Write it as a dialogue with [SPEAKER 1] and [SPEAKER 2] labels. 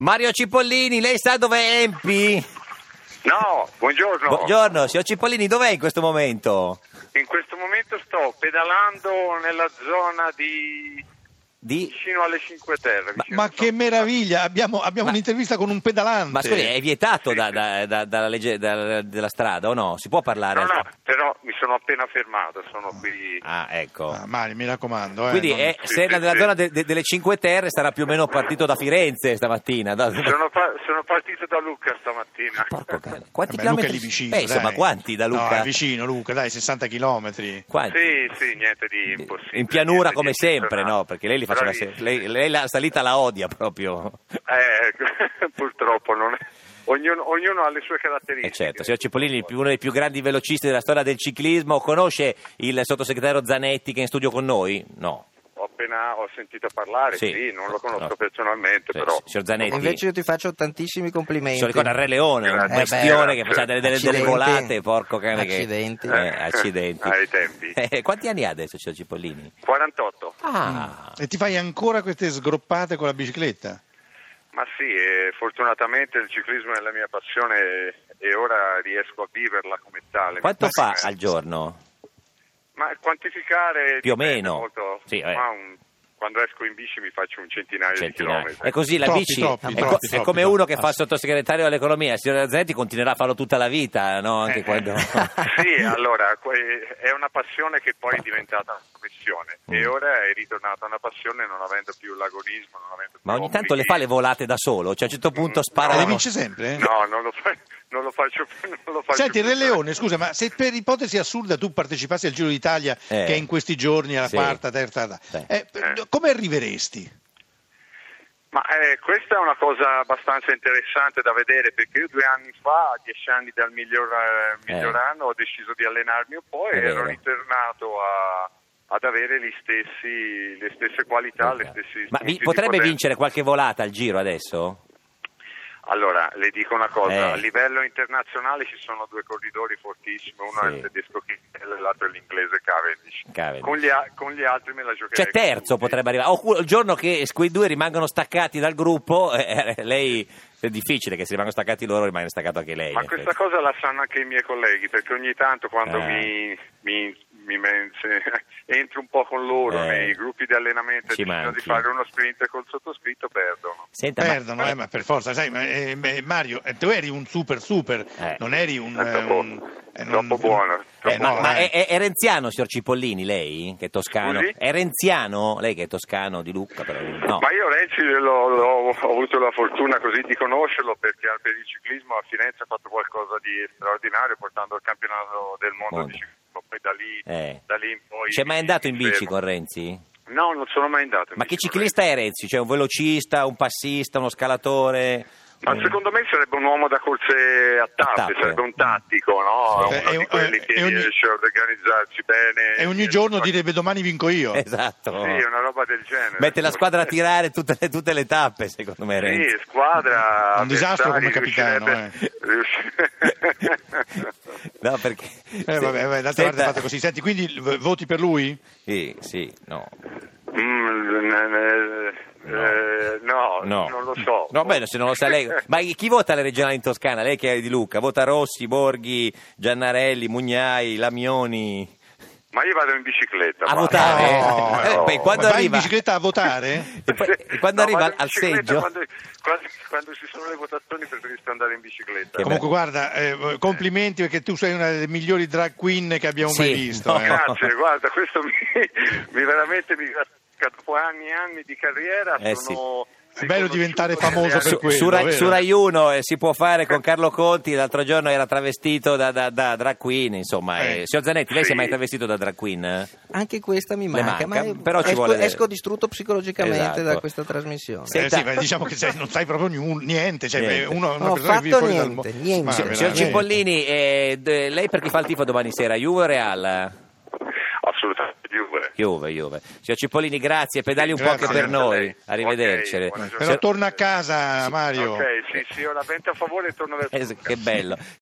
[SPEAKER 1] Mario Cipollini, lei sa dov'è Empi?
[SPEAKER 2] No, buongiorno.
[SPEAKER 1] Buongiorno, signor Cipollini, dov'è in questo momento?
[SPEAKER 2] In questo momento sto pedalando nella zona vicino alle Cinque Terre.
[SPEAKER 3] Ma che meraviglia, abbiamo un'intervista con un pedalante.
[SPEAKER 1] Ma scusi, è vietato dalla legge della strada o no? Si può parlare?
[SPEAKER 2] No, però mi sono appena fermato, sono qui.
[SPEAKER 1] Ah, ecco.
[SPEAKER 3] Mario, mi raccomando.
[SPEAKER 1] Quindi se è nella zona delle Cinque Terre sarà più o meno partito da Firenze stamattina.
[SPEAKER 2] Sono partito da Lucca stamattina.
[SPEAKER 1] Porco cane. Quanti
[SPEAKER 3] Vabbè,
[SPEAKER 1] chilometri?
[SPEAKER 3] Lucca è lì vicino,
[SPEAKER 1] insomma,
[SPEAKER 3] dai.
[SPEAKER 1] quanti da Lucca?
[SPEAKER 3] No, è vicino Lucca, dai, 60 chilometri.
[SPEAKER 1] Quanti?
[SPEAKER 2] Sì, niente di impossibile.
[SPEAKER 1] In pianura
[SPEAKER 2] niente
[SPEAKER 1] come
[SPEAKER 2] di
[SPEAKER 1] sempre, no? Perché lei li faceva
[SPEAKER 2] Bravissimo.
[SPEAKER 1] lei la salita la odia proprio.
[SPEAKER 2] Purtroppo non è. Ognuno ha le sue caratteristiche.
[SPEAKER 1] Certo, signor Cipollini, uno dei più grandi velocisti della storia del ciclismo, conosce il sottosegretario Zanetti che è in studio con noi? No.
[SPEAKER 2] Ho sentito parlare, sì, non lo conosco personalmente, però.
[SPEAKER 1] Signor Zanetti.
[SPEAKER 4] Invece io ti faccio tantissimi complimenti.
[SPEAKER 1] Se lo ricorda il Re Leone, un bestione che faceva delle volate, porco cane.
[SPEAKER 4] Accidenti.
[SPEAKER 1] Accidenti.
[SPEAKER 2] Ai tempi.
[SPEAKER 1] Quanti anni ha adesso, signor Cipollini?
[SPEAKER 2] 48.
[SPEAKER 1] Ah.
[SPEAKER 3] E ti fai ancora queste sgroppate con la bicicletta?
[SPEAKER 2] Ma sì, fortunatamente il ciclismo è la mia passione e ora riesco a viverla come tale.
[SPEAKER 1] Quanto fa al giorno?
[SPEAKER 2] Ma quantificare
[SPEAKER 1] Più o meno.
[SPEAKER 2] Molto,
[SPEAKER 1] Sì,
[SPEAKER 2] quando esco in bici mi faccio un centinaio di chilometri.
[SPEAKER 1] E così la bici è come uno che fa il sottosegretario all'economia. Il signor Zanetti continuerà a farlo tutta la vita, no? Anche quando.
[SPEAKER 2] Sì, allora è una passione che poi è diventata una professione e ora è ritornata una passione non avendo più l'agonismo, non avendo più
[SPEAKER 1] Ma ogni tanto le fa le volate da solo, cioè a un certo punto spara.
[SPEAKER 3] Le vince sempre?
[SPEAKER 2] No, non lo faccio più.
[SPEAKER 3] Senti, il Re Leone, scusa, ma se per ipotesi assurda tu partecipassi al Giro d'Italia che è in questi giorni alla quarta, terza, come arriveresti?
[SPEAKER 2] Ma questa è una cosa abbastanza interessante da vedere, perché io 2 anni fa, a 10 anni dal miglior anno, ho deciso di allenarmi un po' e ero ritornato ad avere le stesse qualità, le stesse.
[SPEAKER 1] Ma potrebbe vincere qualche volata al Giro adesso?
[SPEAKER 2] Allora, le dico una cosa, a livello internazionale ci sono 2 corridori fortissimi, uno è il tedesco Kittel e l'altro è l'inglese Cavendish. Con gli altri me la giocherei.
[SPEAKER 1] Cioè terzo potrebbe arrivare, o il giorno che quei due rimangono staccati dal gruppo, lei è difficile che se rimangono staccati loro rimane staccato anche lei.
[SPEAKER 2] Ma questa cosa la sanno anche i miei colleghi, perché ogni tanto quando entro un po' con loro nei gruppi di allenamento e decidono di fare uno sprint col sottoscritto, perdono.
[SPEAKER 1] Senta,
[SPEAKER 3] ma per forza, sai, Mario, tu eri un super, non eri
[SPEAKER 2] troppo buono.
[SPEAKER 1] Ma è renziano, signor Cipollini, lei che è toscano?
[SPEAKER 2] Scusi?
[SPEAKER 1] È renziano, lei che è toscano di Lucca, però no.
[SPEAKER 2] Ma io Renzi ho avuto la fortuna così di conoscerlo, perché per il ciclismo a Firenze ha fatto qualcosa di straordinario portando il campionato del mondo di ciclismo, poi da lì in poi.
[SPEAKER 1] C'è mai andato in bici con Renzi?
[SPEAKER 2] No, non sono mai andato.
[SPEAKER 1] Ma che ciclista è Renzi? Cioè un velocista, un passista, uno scalatore?
[SPEAKER 2] Ma secondo me sarebbe un uomo da corse a tappe, sarebbe un tattico, no? Uno di quelli che riesce a organizzarsi bene.
[SPEAKER 3] E ogni giorno direbbe domani vinco io.
[SPEAKER 1] Esatto.
[SPEAKER 2] Sì, una roba del genere.
[SPEAKER 1] Mette la squadra a tirare tutte le tappe, secondo me Renzi.
[SPEAKER 2] Sì, squadra.
[SPEAKER 3] Un disastro come capitano.
[SPEAKER 1] No, perché.
[SPEAKER 3] Vabbè, d'altra parte è fatto così. Senti, quindi voti per lui?
[SPEAKER 1] Sì, no.
[SPEAKER 2] No, non lo so.
[SPEAKER 1] No, bene, se non lo sa lei. Ma chi vota alle regionali in Toscana? Lei che è di Lucca, vota Rossi, Borghi, Giannarelli, Mugnai, Lamioni.
[SPEAKER 2] Ma io vado in bicicletta.
[SPEAKER 1] A votare?
[SPEAKER 3] No.
[SPEAKER 1] Quando
[SPEAKER 3] vai
[SPEAKER 1] arriva...
[SPEAKER 3] in bicicletta a votare?
[SPEAKER 1] E quando arriva al seggio?
[SPEAKER 2] Quando ci sono le votazioni preferisco andare in bicicletta.
[SPEAKER 3] Comunque guarda, complimenti, perché tu sei una delle migliori drag queen che abbiamo mai visto.
[SPEAKER 2] Grazie, guarda, questo mi veramente dopo anni e anni di carriera sono...
[SPEAKER 3] È bello diventare famoso per quello.
[SPEAKER 1] Su Rai 1 si può fare con Carlo Conti, l'altro giorno era travestito da drag queen, insomma. Signor Zanetti, lei si è mai travestito da drag queen?
[SPEAKER 4] Anche questa mi manca, ma
[SPEAKER 1] però
[SPEAKER 4] esco distrutto psicologicamente da questa trasmissione.
[SPEAKER 3] Sì, ma diciamo che non sai proprio niente,
[SPEAKER 4] non ho fatto niente.
[SPEAKER 1] Signor Cipollini, lei per chi fa il tifo domani sera, Juve o Real?
[SPEAKER 2] Assolutamente
[SPEAKER 1] Juve. Signor Cipollini, grazie, pedali un po' anche per noi. Arrivederci.
[SPEAKER 3] Però torna a casa, Mario.
[SPEAKER 2] Ok, sì, ho la vente a favore e torno verso
[SPEAKER 1] Che bello.